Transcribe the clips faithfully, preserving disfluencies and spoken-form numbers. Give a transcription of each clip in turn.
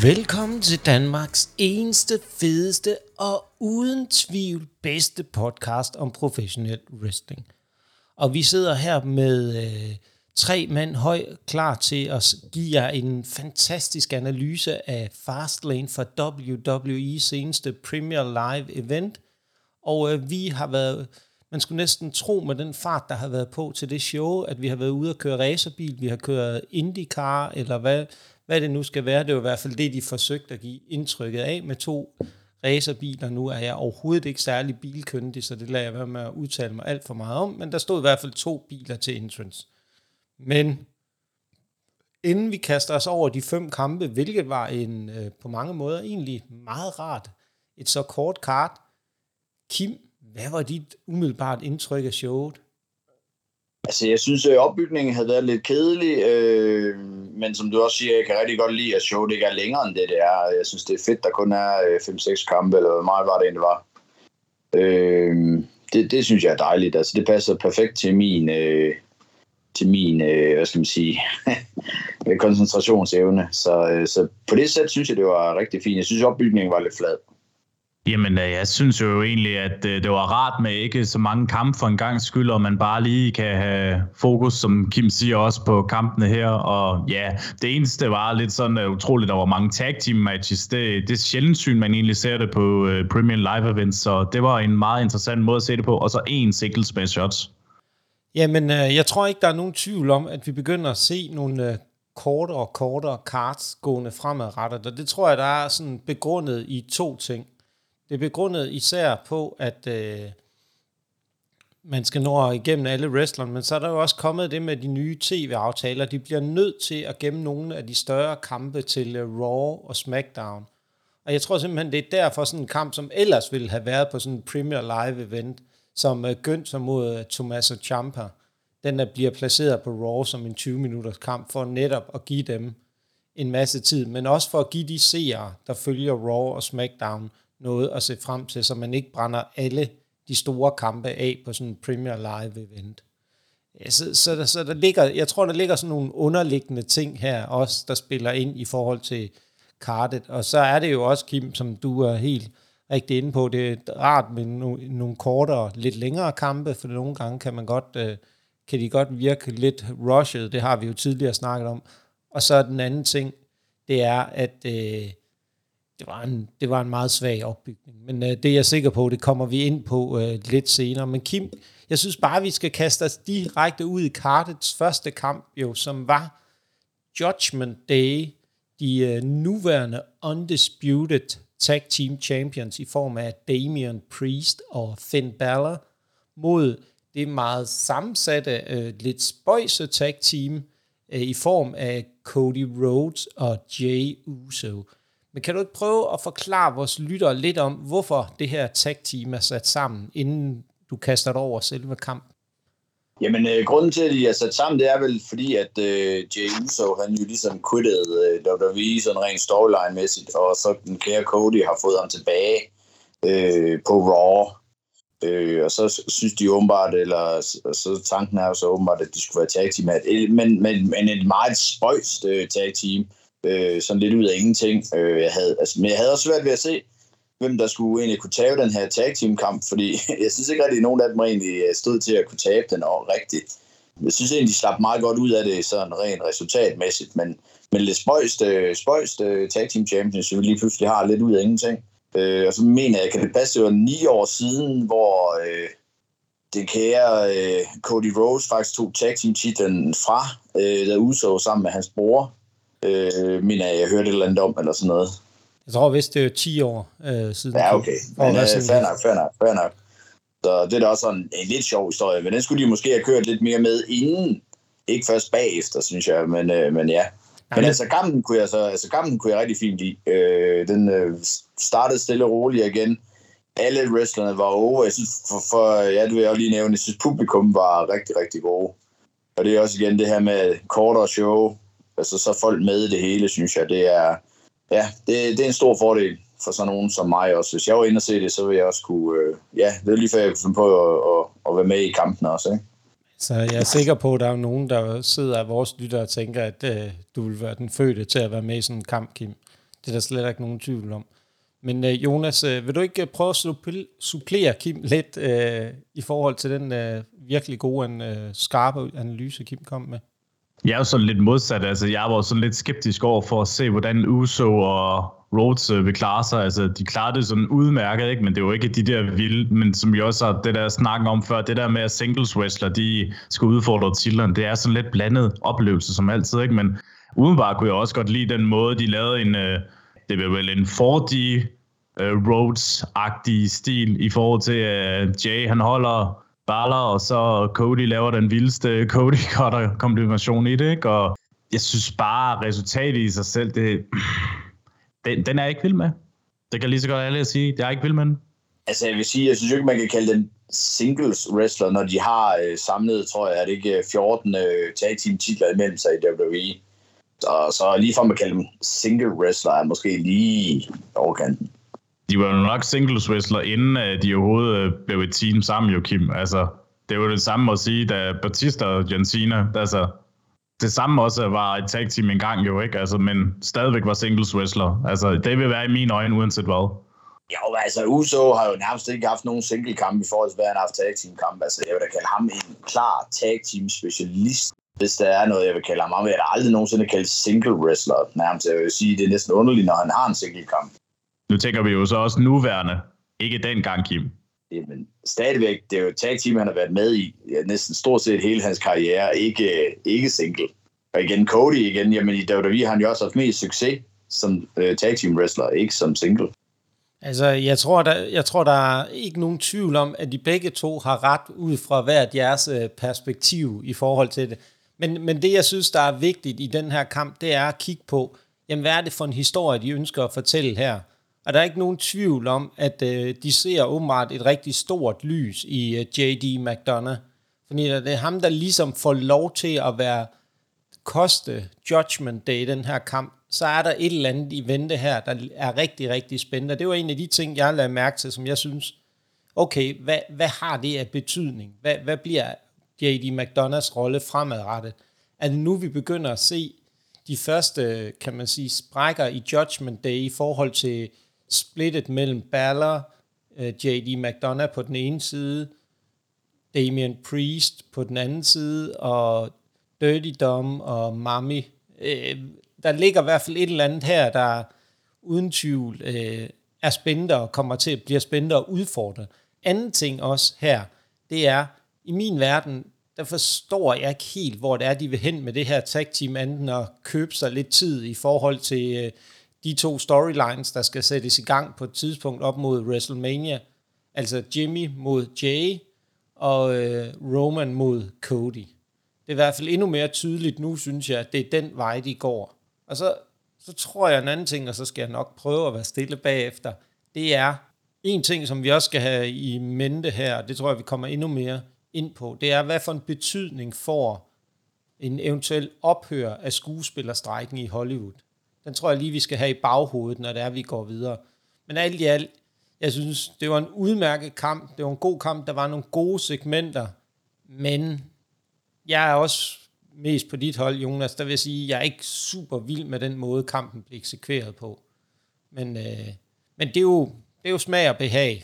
Velkommen til Danmarks eneste, fedeste og uden tvivl bedste podcast om professionel wrestling. Og vi sidder her med øh, tre mand høj, klar til at give jer en fantastisk analyse af Fastlane for W W E's seneste Premier Live event. Og øh, vi har været, man skulle næsten tro med den fart, der har været på til det show, at vi har været ude at køre racerbil, vi har kørt IndyCar, eller hvad... Hvad det nu skal være, det er jo i hvert fald det, de forsøgte at give indtrykket af med to racerbiler. Nu er jeg overhovedet ikke særlig bilkyndig, så det lader jeg være med at udtale mig alt for meget om, men der stod i hvert fald to biler til entrance. Men inden vi kaster os over de fem kampe, hvilket var en øh, på mange måder egentlig meget rart, et så kort kart. Kim, hvad var dit umiddelbart indtryk af showet? Altså, jeg synes, at opbygningen havde været lidt kedelig, øh, men som du også siger, jeg kan rigtig godt lide, at showet ikke er længere end det, det er. Jeg synes, det er fedt, der kun er fem seks kampe, eller hvor meget var det egentlig var. Øh, det, det synes jeg er dejligt. Altså, det passer perfekt til min, øh, til min øh, hvad skal man sige, koncentrationsevne. Så, øh, så på det sæt synes jeg, det var rigtig fint. Jeg synes, opbygningen var lidt flad. Jamen, jeg synes jo egentlig, at det var rart med ikke så mange kampe for en gang skyld, og man bare lige kan have fokus, som Kim siger, også på kampene her. Og ja, det eneste var lidt sådan uh, utroligt, der var mange tag team matches. Det, det er sjældent syn, man egentlig ser det på uh, Premier Live events, så det var en meget interessant måde at se det på. Og så en singles med shots. Jamen, øh, jeg tror ikke, der er nogen tvivl om, at vi begynder at se nogle øh, kortere og kortere cards gående fremadrettet. Og det tror jeg, der er sådan begrundet i to ting. Det er begrundet især på, at øh, man skal nå igennem alle wrestlerne, men så er der jo også kommet det med de nye tv-aftaler. De bliver nødt til at gemme nogle af de større kampe til uh, Raw og SmackDown. Og jeg tror simpelthen, det er derfor sådan en kamp, som ellers ville have været på sådan en Premier Live-event, som uh, Günther mod uh, Tommaso Ciampa, den der bliver placeret på Raw som en tyve-minutters kamp, for netop at give dem en masse tid, men også for at give de seere, der følger Raw og SmackDown, noget at se frem til, så man ikke brænder alle de store kampe af på sådan en Premier Live event. Ja, så, så, der, så der ligger, jeg tror, der ligger sådan nogle underliggende ting her også, der spiller ind i forhold til kartet. Og så er det jo også, Kim, som du er helt rigtig inde på, det er rart med no, nogle kortere, lidt længere kampe, for nogle gange kan man godt, øh, kan de godt virke lidt rushed, det har vi jo tidligere snakket om. Og så den anden ting, det er, at øh, Det var, en, det var en meget svag opbygning, men øh, det er jeg sikker på, det kommer vi ind på øh, lidt senere. Men Kim, jeg synes bare, vi skal kaste os direkte ud i kartets første kamp, jo, som var Judgment Day, de øh, nuværende undisputed tag team champions i form af Damian Priest og Finn Balor mod det meget sammensatte, øh, lidt spøjse tag team øh, i form af Cody Rhodes og Jey Uso. Men kan du ikke prøve at forklare vores lyttere lidt om, hvorfor det her tag-team er sat sammen, inden du kaster dig over selve kampen? Jamen, øh, grunden til, at de er sat sammen, det er vel fordi, at øh, Jey Uso, han jo ligesom quittede øh, W W E sådan rent storyline-mæssigt, og så den kære Cody har fået ham tilbage øh, på Raw. Øh, og så synes de åbenbart, eller så tanken er jo så åbenbart, at de skulle være tag-team, men, men, men et meget spøjst øh, tag-team. Øh, sådan lidt ud af ingenting. Øh, jeg havde, altså, men jeg havde også svært ved at se, hvem der skulle egentlig kunne tabe den her tag team kamp, fordi jeg synes ikke rigtig, at nogen af dem egentlig stod til at kunne tabe den og rigtigt. Jeg synes egentlig, de slap meget godt ud af det sådan rent resultatmæssigt, men, men lidt spøjst, spøjst tag team champions, vi lige pludselig har lidt ud af ingenting. Øh, og så mener jeg, kan det passe, det var ni år siden, hvor øh, den kære øh, Cody Rhodes faktisk tog tag team titlen fra, øh, der Uso sammen med hans bror. Øh, mener jeg, jeg hørte et eller andet om, eller sådan noget. Jeg tror vist, det er ti år øh, siden. Ja, okay. Men øh, fair nok, fair nok, fair nok. Så det er da også sådan en lidt sjov historie, men den skulle de måske have kørt lidt mere med inden. Ikke først bagefter, synes jeg, men, øh, men ja. Men altså kampen kunne jeg så, altså kampen kunne jeg rigtig fint lide. Øh, den øh, startede stille og roligt igen. Alle wrestlerne var over. Jeg synes, for, for ja, det vil jeg også lige nævne, jeg synes publikum var rigtig, rigtig gode. Og det er også igen det her med kortere show. Altså så folk med i det hele, synes jeg, det er, ja, det, det er en stor fordel for sådan nogen som mig også. Hvis jeg var inde og se det, så ville jeg også kunne, øh, ja, det er lige før jeg kunne finde på at, at, at være med i kampen også, ikke? Så jeg er sikker på, at der er nogen, der sidder af vores lyttere og tænker, at øh, du vil være den fødte til at være med i sådan en kamp, Kim. Det er der slet ikke nogen tvivl om. Men øh, Jonas, øh, vil du ikke prøve at supplere Kim lidt øh, i forhold til den øh, virkelig gode, øh, skarpe analyse, Kim kom med? Jeg er jo sådan lidt modsat. Altså, jeg var sådan lidt skeptisk over for at se, hvordan Uso og Rhodes øh, vil klare sig. Altså, de klarede det sådan udmærket, ikke? Men det er jo ikke de der vilde, men som vi også har det der snakken om før, det der med at singles wrestler, de skal udfordre titlen. Det er sådan lidt blandet oplevelse som altid, ikke? Men udenbart kunne jeg også godt lide den måde, de lavede en, øh, det var vel en fire D øh, Rhodes-agtig stil i forhold til, at øh, Jay han holder baller, og så Cody laver den vildeste Cody cutter kombination i det, ikke? Og jeg synes bare, resultatet i sig selv, det, den, den er jeg ikke vild med. Det kan lige så godt alle sige. Jeg er ikke vild med den. Altså, jeg vil sige, jeg synes ikke, man kan kalde den singles wrestler, når de har øh, samlet, tror jeg, er det ikke fjorten øh, tag team titler imellem sig i W W E. Så, så lige for at kalde dem single wrestler er måske lige overkanten. De var jo nok singles wrestler, inden de overhovedet blev et team sammen, jo, Kim. Altså, det var det samme at sige, da Batista og John Cena, altså, det samme også var et tag team engang, jo, ikke? Altså, men stadigvæk var singles wrestler. Altså, det vil være i mine øjne, uanset hvad. Jo, altså, Uso har jo nærmest ikke haft nogen single kamp i forhold til, hvad han har haft tag team kamp. Altså, jeg vil da kalde ham en klar tag team specialist. Hvis der er noget, jeg vil kalde ham. Han vil jeg aldrig nogensinde kalde single wrestler. Nærmest, jeg vil sige, det er næsten underligt, når han har en single kamp. Nu tænker vi jo så også nuværende. Ikke dengang, Kim. Jamen, stadigvæk, det er jo et tag team, han har været med i ja, næsten stort set hele hans karriere. Ikke, ikke single. Og igen, Cody igen. Jamen, i W W E har han jo også haft mest succes som uh, tag team wrestler, ikke som single. Altså, jeg tror, der, jeg tror, der er ikke nogen tvivl om, at de begge to har ret ud fra hvert jeres perspektiv i forhold til det. Men, men det, jeg synes, der er vigtigt i den her kamp, det er at kigge på, jamen, hvad er det for en historie, de ønsker at fortælle her? Og der er ikke nogen tvivl om, at øh, de ser åbenbart et rigtig stort lys i øh, J D McDonough. Fordi det er ham, der ligesom får lov til at være koste Judgment Day i den her kamp. Så er der et eller andet i vente her, der er rigtig, rigtig spændende. Det var en af de ting, jeg lavede mærke til, som jeg synes, okay, hvad, hvad har det af betydning? Hvad, hvad bliver J D McDonoghs rolle fremadrettet? Er det nu, vi begynder at se de første, kan man sige, sprækker i Judgment Day i forhold til splittet mellem Balor, uh, J D McDonagh på den ene side, Damian Priest på den anden side, og Dirty Dom og Mami. Uh, der ligger i hvert fald et eller andet her, der uden tvivl uh, er spændende og kommer til at blive spændende og udfordret. Anden ting også her, det er, i min verden, der forstår jeg ikke helt, hvor det er, de vil hen med det her tag team, anden at købe sig lidt tid i forhold til uh, de to storylines, der skal sættes i gang på et tidspunkt op mod WrestleMania. Altså Jimmy mod Jay og øh, Roman mod Cody. Det er i hvert fald endnu mere tydeligt nu, synes jeg, at det er den vej, de går. Og så, så tror jeg en anden ting, og så skal jeg nok prøve at være stille bagefter, det er en ting, som vi også skal have i mente her, og det tror jeg, vi kommer endnu mere ind på, det er, hvad for en betydning får en eventuel ophør af skuespillerstrejken i Hollywood. Den tror jeg lige, vi skal have i baghovedet, når det er, vi går videre. Men alt i alt, jeg synes, det var en udmærket kamp. Det var en god kamp. Der var nogle gode segmenter. Men jeg er også mest på dit hold, Jonas. Der vil jeg sige, at jeg er ikke super vild med den måde, kampen blev eksekveret på. Men, øh, men det, er jo, det er jo smag og behag.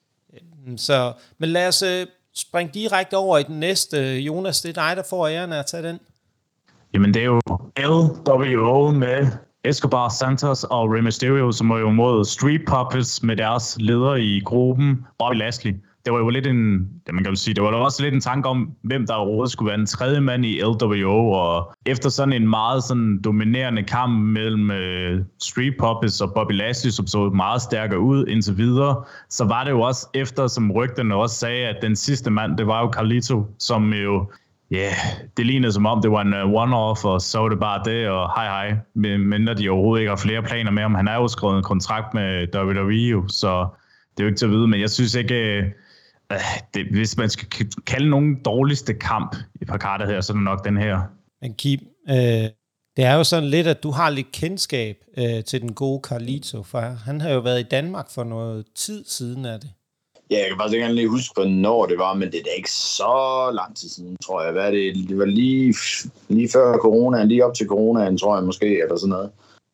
Så, men lad os øh, springe direkte over i den næste. Jonas, det er dig, der får æren af at tage den. Jamen, det er jo L W O med Escobar Santos og Rey Mysterio, som var jo mod Street Profits med deres leder i gruppen, Bobby Lashley. Det var jo lidt en, det man kan jo sige, det var også lidt en tanke om, hvem der overhovedet skulle være en tredje mand i L W O, og efter sådan en meget sådan dominerende kamp mellem uh, Street Profits og Bobby Lashley, som så meget stærkere ud indtil videre, så var det jo også efter, som rygterne også sagde, at den sidste mand, det var jo Carlito, som jo ja, yeah, det lignede som om, det var en uh, one-off, og så var det bare det, og hej hej, men de overhovedet ikke har flere planer med ham. Han er jo skrevet en kontrakt med W W E, så det er jo ikke til at vide, men jeg synes ikke, uh, det, hvis man skal kalde nogen dårligste kamp i par karter her, så er det nok den her. Men Kim, øh, det er jo sådan lidt, at du har lidt kendskab øh, til den gode Carlito, for han har jo været i Danmark for noget tid siden af det. Ja, jeg kan faktisk ikke lige huske, hvornår det var, men det er da ikke så lang tid siden, tror jeg. Hvad er det? Det var lige, lige før coronaen, lige op til coronaen, tror jeg måske, eller sådan noget.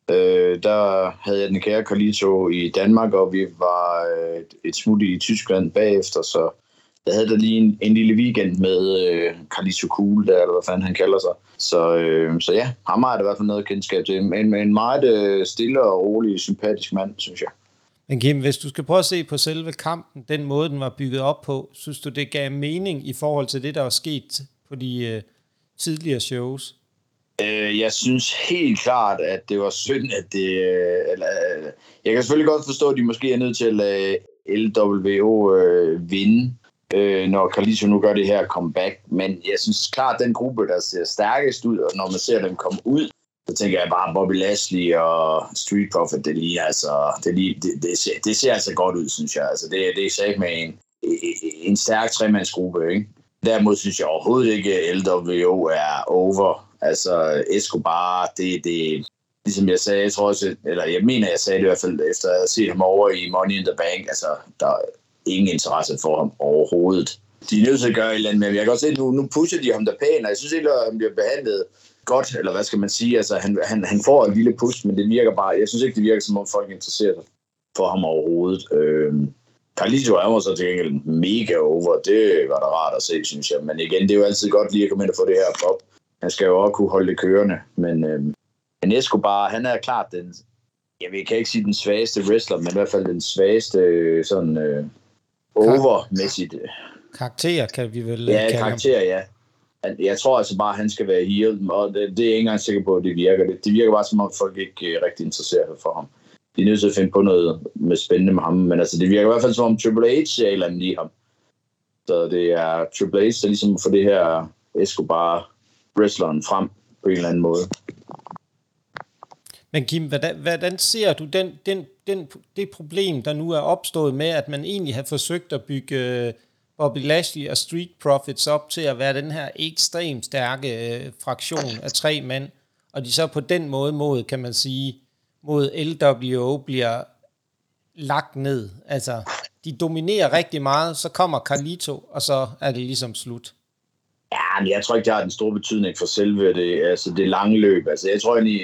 Øh, der havde jeg den kære Carlito i Danmark, og vi var øh, et, et smut i Tyskland bagefter, så jeg havde der lige en, en lille weekend med øh, Carlito Cool, der, eller hvad fanden han kalder sig. Så, øh, så ja, ham har det i hvert fald noget kendskab til. En, en meget øh, stille og rolig, sympatisk mand, synes jeg. Men Kim, hvis du skal prøve at se på selve kampen, den måde, den var bygget op på, synes du, det gav mening i forhold til det, der var sket på de øh, tidligere shows? Øh, jeg synes helt klart, at det var synd, at det... Øh, eller, øh, jeg kan selvfølgelig godt forstå, at de måske er nødt til at lade L W O øh, vinde, øh, når Carlito nu gør det her comeback. Men jeg synes klart, at den gruppe, der ser stærkest ud, og når man ser dem komme ud, så tænker jeg bare, Bobby Lashley og Street Profit, det, lige, altså, det, lige, det, det, ser, det ser altså godt ud, synes jeg. Altså, det, det er sagt med en, en stærk tremandsgruppe, ikke? Derimod synes jeg overhovedet ikke, at L W O er over. Altså, Escobar, det, det ligesom jeg sagde, jeg tror også, eller jeg mener, jeg sagde det i hvert fald, efter at have set ham over i Money in the Bank, altså, der er ingen interesse for ham overhovedet. De er nødt til at gøre et eller andet med, men jeg kan godt se, at nu, nu pusher de ham der pænt, og jeg synes ikke, at han bliver behandlet godt, eller hvad skal man sige, altså, han, han, han får en lille push, men det virker bare, jeg synes ikke, det virker, som om folk interesserer sig for ham overhovedet. Øhm, Carlito er jo så til gengæld mega over, det var da rart at se, synes jeg, men igen, det er jo altid godt lige at komme ind og få det her op. Han skal jo også kunne holde det kørende, men øhm, Escobar, han er klart den, jeg kan ikke sige den svageste wrestler, men i hvert fald den svageste sådan øh, overmæssigt. Karakter kan vi vel ja, karakter, ja. Jeg tror altså bare, at han skal være heel, og det, det er jeg ikke engang sikker på, at det virker. Det, det virker bare, som om folk ikke er rigtig interesserer sig for ham. De er nødt til at finde på noget med spændende med ham, men altså, det virker i hvert fald som om Triple H er et eller andet i ham. Så det er Triple H, der ligesom får det her Escobar-wrestleren frem på en eller anden måde. Men Kim, hvordan, hvordan ser du den, den, den, det problem, der nu er opstået med, at man egentlig har forsøgt at bygge Bobby Lashley og Street Profits op til at være den her ekstremt stærke øh, fraktion af tre mænd, og de så på den måde mod, kan man sige, mod L W O bliver lagt ned. Altså, de dominerer rigtig meget, så kommer Carlito, og så er det ligesom slut. Ja, men jeg tror ikke, det har den store betydning for selve det, altså det lange løb. Altså, jeg tror egentlig,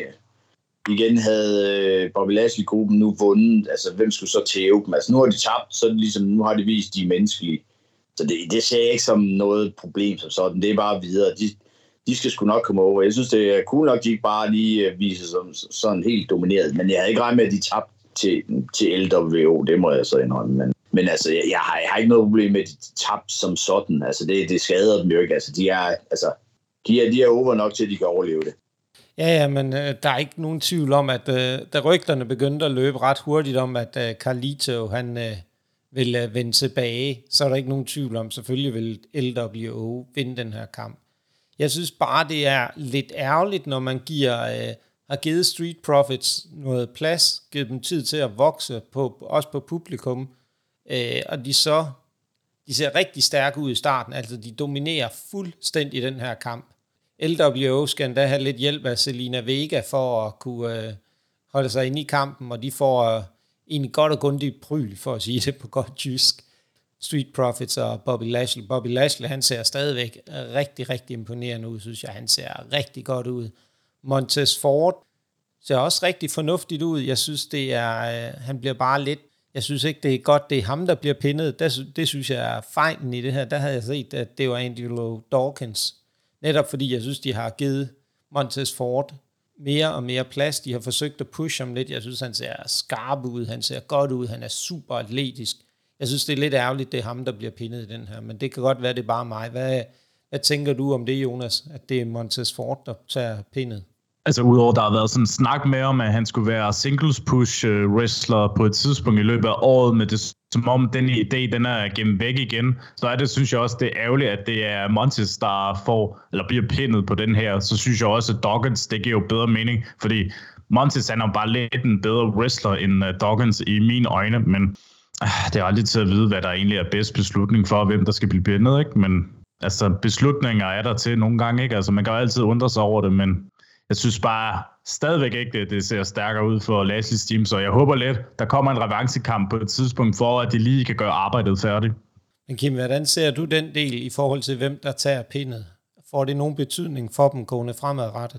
igen havde Bobby Lashley-gruppen nu vundet, altså hvem skulle så tæve dem? Altså, nu har de tabt, så det ligesom, nu har de vist, de er menneskelige. Så det, det ser jeg ikke som noget problem som sådan. Det er bare videre. De, de skal sgu nok komme over. Jeg synes, det er cool nok, de ikke bare lige viser som sådan helt domineret. Men jeg havde ikke regnet med, at de tabte til, til L W O. Det må jeg så indrømme. Men, men altså, jeg, jeg, har, jeg har ikke noget problem med, at de tabte som sådan. Altså, det, det skader dem jo ikke. Altså, de er, altså, de er, de er over nok til, at de kan overleve det. Ja, ja, men øh, der er ikke nogen tvivl om, at øh, da rygterne begyndte at løbe ret hurtigt om, at øh, Carlito, han øh, vil øh, vende tilbage, så er der ikke nogen tvivl om, selvfølgelig vil L W O vinde den her kamp. Jeg synes bare, det er lidt ærgerligt, når man giver, øh, har givet Street Profits noget plads, givet dem tid til at vokse, på, også på publikum, øh, og de så de ser rigtig stærke ud i starten, altså de dominerer fuldstændig den her kamp. L W O skal endda have lidt hjælp af Selina Vega for at kunne øh, holde sig inde i kampen, og de får øh, egentlig godt og grundigt pryl, for at sige det på godt tysk. Street Profits og Bobby Lashley. Bobby Lashley, han ser stadigvæk rigtig, rigtig imponerende ud, synes jeg. Han ser rigtig godt ud. Montez Ford ser også rigtig fornuftigt ud. Jeg synes, det er, øh, han bliver bare lidt, jeg synes ikke, det er godt, det er ham, der bliver pindet. Det, det synes jeg er fejlen i det her. Der havde jeg set, at det var Angelo Dawkins. Netop fordi jeg synes, de har givet Montez Ford mere og mere plads. De har forsøgt at pushe ham lidt. Jeg synes, han ser skarp ud. Han ser godt ud. Han er super atletisk. Jeg synes, det er lidt ærgerligt, det er ham, der bliver pindet i den her. Men det kan godt være, det er bare mig. Hvad, hvad tænker du om det, Jonas? At det er Montez Ford, der tager pindet? Altså udover der har været sådan en snak med om, at han skulle være singles push wrestler på et tidspunkt i løbet af året, med det som om den idé, den er gemt væk igen, så er det, synes jeg også, det er ærgerligt, at det er Montez, der får, eller bliver pindet på den her. Så synes jeg også, at Dawkins, det giver jo bedre mening, fordi Montez, han er bare lidt en bedre wrestler end Dawkins i mine øjne, men øh, det er aldrig til at vide, hvad der egentlig er bedst beslutning for, hvem der skal blive pindet, ikke? Men altså, beslutninger er der til nogle gange, ikke? Altså, man kan jo altid undre sig over det, men jeg synes bare stadigvæk ikke, det, det ser stærkere ud for Lashley's team, så jeg håber lidt, der kommer en revanchekamp på et tidspunkt for, at de lige kan gøre arbejdet færdigt. Men Kim, hvordan ser du den del i forhold til, hvem der tager pindet? Får det nogen betydning for dem gående fremadrettet?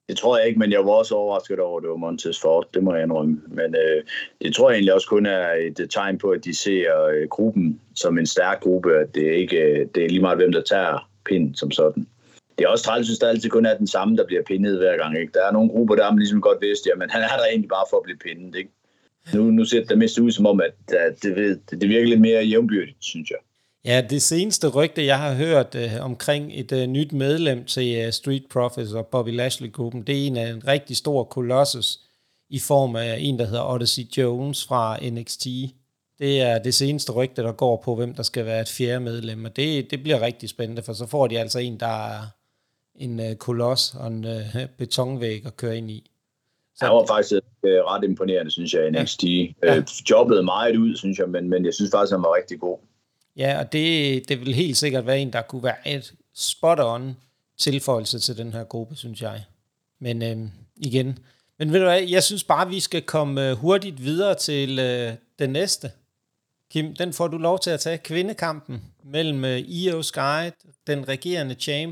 Det tror jeg ikke, men jeg var også overrasket over, at det var Montez Ford. Det må jeg indrømme. Men øh, det tror jeg egentlig også kun er et tegn på, at de ser øh, gruppen som en stærk gruppe. At det, ikke, øh, det er lige meget, hvem der tager pinden som sådan. Det er også træls, synes der altid kun er den samme, der bliver pindet hver gang. Ikke? Der er nogle grupper, der er man ligesom godt vidst, men han er der egentlig bare for at blive pindet. Ikke? Nu, nu ser det mest ud som om, at, at det, det, det virker lidt mere jævnbyrdigt, synes jeg. Ja, det seneste rygte, jeg har hørt øh, omkring et øh, nyt medlem til øh, Street Profits og Bobby Lashley-gruppen, det er en af en rigtig stor kolossus i form af en, der hedder Odyssey Jones fra N X T. Det er det seneste rygte, der går på, hvem der skal være et fjerde medlem, og det, det bliver rigtig spændende, for så får de altså en, der er en øh, koloss og en øh, betonvæg at køre ind i. Så han var faktisk øh, ret imponerende, synes jeg, i N X T. Ja. Øh, jobbede meget ud, synes jeg, men, men jeg synes faktisk, han var rigtig god. Ja, og det, det vil helt sikkert være en, der kunne være et spot-on tilføjelse til den her gruppe, synes jeg. Men øhm, igen, men ved du hvad, jeg synes bare, vi skal komme hurtigt videre til øh, den næste. Kim, den får du lov til at tage, kvindekampen mellem øh, Io Sky, den regerende champ,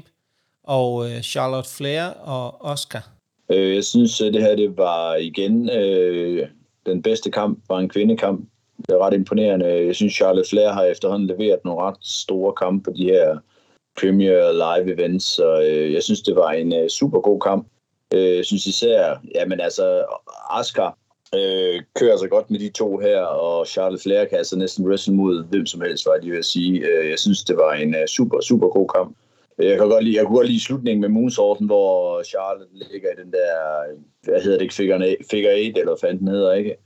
og øh, Charlotte Flair og Asuka. Øh, jeg synes, at det her det var igen øh, den bedste kamp, var en kvindekamp. Det er ret imponerende. Jeg synes, Charlotte Flair har efterhånden leveret nogle ret store kampe på de her Premier Live events, så øh, jeg synes, det var en øh, super god kamp. Øh, jeg synes især, jamen altså, Asuka øh, kører så godt med de to her, og Charlotte Flair kan altså næsten wrestle mod hvem som helst, var de vil sige. Øh, jeg synes, det var en øh, super, super god kamp. Jeg kan godt lide, jeg kunne godt lide slutningen med Moonsaulten, hvor Charlotte ligger i den der, hvad hedder det ikke, figure, figure eight, eller hvad fanden hedder, ikke?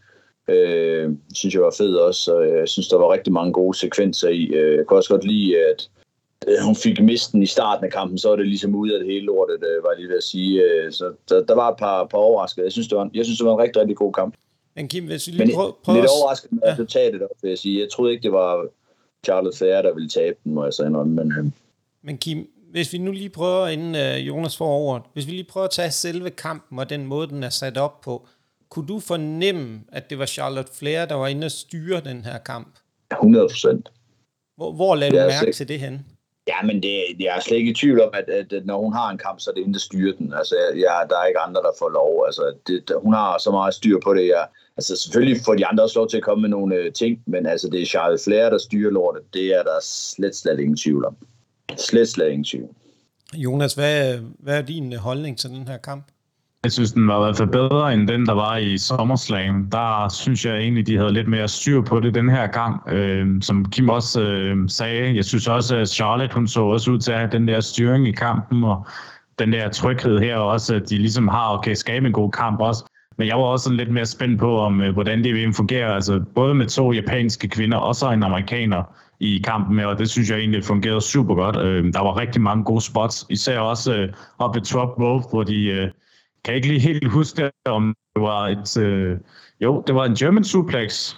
Øh, synes jeg var fed også, og jeg synes, der var rigtig mange gode sekvenser i. Jeg kan også godt lide, at hun fik misten i starten af kampen, så er det ligesom ude af det hele lortet, var jeg lige ved at sige. Så der, der var et par, par overraskelser. Jeg synes, det var en, jeg synes, det var en rigtig, rigtig god kamp. Men Kim, hvis vi lige prøver... Men lidt overrasket med resultatet, vil jeg sige. Jeg troede ikke, det var Charlotte Flair, der ville tabe den, må jeg så indrømme. Men, øh. men Kim, hvis vi nu lige prøver, inden uh, Jonas får ordet, hvis vi lige prøver at tage selve kampen og den måde, den er sat op på, kunne du fornemme, at det var Charlotte Flair, der var inde og styre den her kamp? hundrede procent. Hvor, hvor lader du mærke slet... til det hen? Ja, men det, jeg er slet ikke i tvivl om, at, at, at når hun har en kamp, så er det hende, der styrer den. Altså, jeg, der er ikke andre, der får lov. Altså, det, hun har så meget styr på det. Jeg, altså, selvfølgelig får de andre også lov til at komme med nogle uh, ting, men altså, det er Charlotte Flair, der styrer lortet. Det er der slet, slet ingen tvivl om. Slet, slet ingen tvivl. Jonas, hvad, hvad er din holdning til den her kamp? Jeg synes, den var i hvert fald bedre end den, der var i SummerSlam. Der synes jeg egentlig, de havde lidt mere styr på det den her gang. Øh, som Kim også øh, sagde, jeg synes også, at Charlotte, hun så også ud til at have den der styring i kampen, og den der tryghed her også, at de ligesom har og kan skabe en god kamp også. Men jeg var også sådan lidt mere spændt på, om øh, hvordan det vil fungere. Altså både med to japanske kvinder, og så en amerikaner i kampen med, og det synes jeg egentlig fungerede super godt. Øh, der var rigtig mange gode spots, især også øh, op ved top rope, hvor de... Øh, kan ikke lige helt huske, om det var et... Øh, jo, det var en German suplex.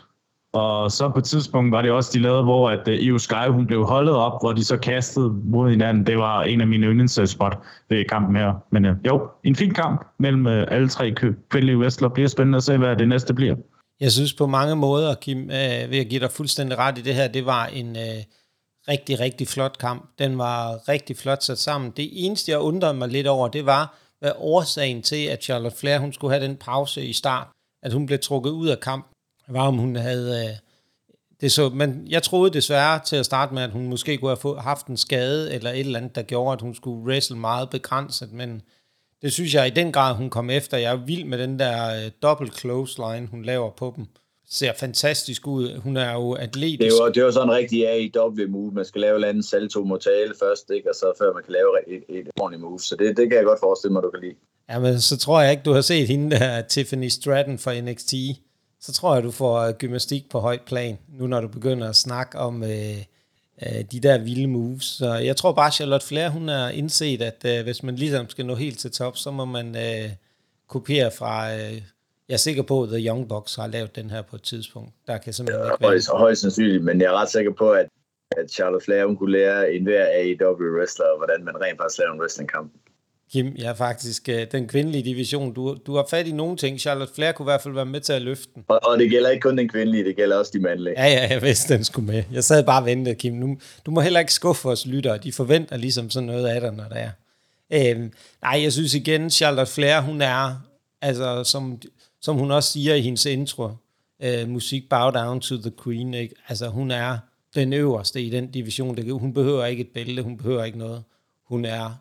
Og så på et tidspunkt var det også, de lavede, hvor at uh, Io Sky, hun blev holdet op, hvor de så kastede mod hinanden. Det var en af mine yndlingsspot ved kampen her. Men uh, jo, en fin kamp mellem uh, alle tre kvindelige wrestlere. Bliver spændende at se, hvad det næste bliver. Jeg synes på mange måder, Kim, øh, vil jeg give dig fuldstændig ret i det her, det var en øh, rigtig, rigtig flot kamp. Den var rigtig flot sat sammen. Det eneste, jeg undrede mig lidt over, det var, hvad årsagen til, at Charlotte Flair, hun skulle have den pause i start, at hun blev trukket ud af kampen, var om hun havde... Øh, det så, men jeg troede desværre til at starte med, at hun måske kunne have få, haft en skade, eller et eller andet, der gjorde, at hun skulle wrestle meget begrænset, men det synes jeg i den grad, hun kom efter. Jeg er vild med den der øh, double clothesline, hun laver på dem. Ser fantastisk ud. Hun er jo atletisk. Det er jo, det er jo sådan en rigtig A E W-move. Man skal lave et eller andet salto mortale først, ikke? Og så før man kan lave et, et ordentligt move. Så det, det kan jeg godt forestille mig, du kan lide. Ja, men så tror jeg ikke, du har set hende der, Tiffany Stratton fra N X T. Så tror jeg, du får gymnastik på højt plan, nu når du begynder at snakke om øh, øh, de der vilde moves. Så jeg tror bare, Charlotte Flair, hun har indset, at øh, hvis man ligesom skal nå helt til top, så må man øh, kopiere fra... Øh, Jeg er sikker på, at The Young Bucks har lavet den her på et tidspunkt. Der kan simpelthen ikke være... Højst, højst sandsynligt, men jeg er ret sikker på, at, at Charlotte Flair hun kunne lære enhver A E W-wrestler, hvordan man rent faktisk laver en wrestlingkamp. Kim, jeg er faktisk uh, den kvindelige division. Du, du har fat i nogle ting. Charlotte Flair kunne i hvert fald være med til at løfte den. Og, og det gælder ikke kun den kvindelige, det gælder også de mandlige. Ja, ja, jeg vidste, den skulle med. Jeg sad bare og ventede, Kim. Nu, du må heller ikke skuffe os lyttere. De forventer ligesom sådan noget af dig, når der er. øhm, nej, jeg synes igen, Charlotte Flair, hun er, altså som, som hun også siger i hendes intro, øh, musik Bow Down to the Queen, ikke? Altså hun er den øverste i den division. Hun behøver ikke et bælte, hun behøver ikke noget. Hun er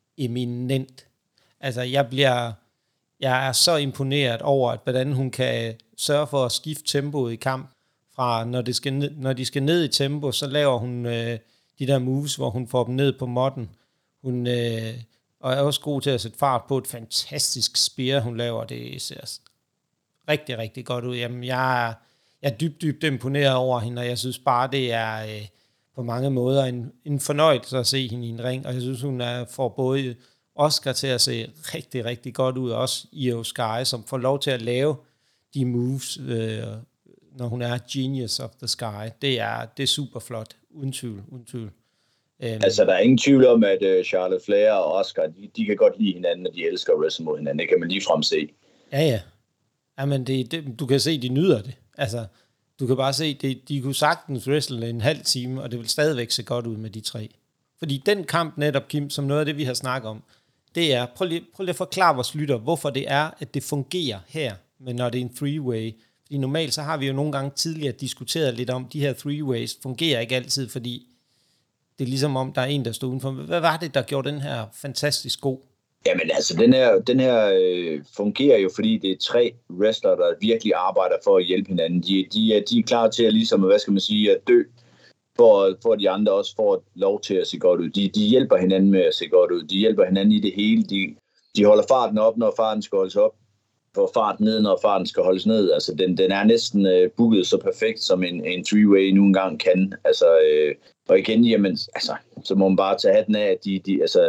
eminent. Altså jeg bliver, jeg er så imponeret over, at hvordan hun kan sørge for at skifte tempoet i kamp, fra når, det skal ned, når de skal ned i tempo, så laver hun øh, de der moves, hvor hun får dem ned på måtten. Hun øh, og er også god til at sætte fart på et fantastisk spear, hun laver. Det ser rigtig, rigtig godt ud. Jamen, jeg er, jeg er dybt, dybt imponeret over hende, og jeg synes bare, det er øh, på mange måder en, en fornøjelse at se hende i en ring, og jeg synes, hun er, får både Oscar til at se rigtig, rigtig godt ud, og også Io Sky, som får lov til at lave de moves, øh, når hun er Genius of the Sky. Det er, det er super flot, uden tvivl, uden tvivl. Um, altså, der er ingen tvivl om, at uh, Charlotte Flair og Oscar, de, de kan godt lide hinanden, og de elsker at wrestle mod hinanden. Det kan man ligefrem se. Ja, ja. Jamen, det, det, du kan se, de nyder det. Altså, du kan bare se, det, de kunne sagtens wrestle en halv time, og det vil stadigvæk se godt ud med de tre. Fordi den kamp netop, Kim, som noget af det, vi har snakket om, det er, prøv lige, prøv lige at forklare vores lytter, hvorfor det er, at det fungerer her, men når det er en three-way. Fordi normalt så har vi jo nogle gange tidligere diskuteret lidt om, de her three-ways fungerer ikke altid, fordi det er ligesom om, der er en, der står udenfor. Hvad var det, der gjorde den her fantastisk god? Jamen altså, den her, den her øh, fungerer jo, fordi det er tre wrestlere, der virkelig arbejder for at hjælpe hinanden. De, de, er, de er klar til at ligesom, hvad skal man sige, at dø, for, for at de andre også får lov til at se godt ud. De, de hjælper hinanden med at se godt ud. De hjælper hinanden i det hele. De, de holder farten op, når farten skal holdes op. For farten ned, når farten skal holdes ned. Altså, den, den er næsten øh, booket så perfekt, som en, en three-way nu engang kan. Altså, øh, og igen, jamen, altså, så må man bare tage hatten af, at de, de, altså,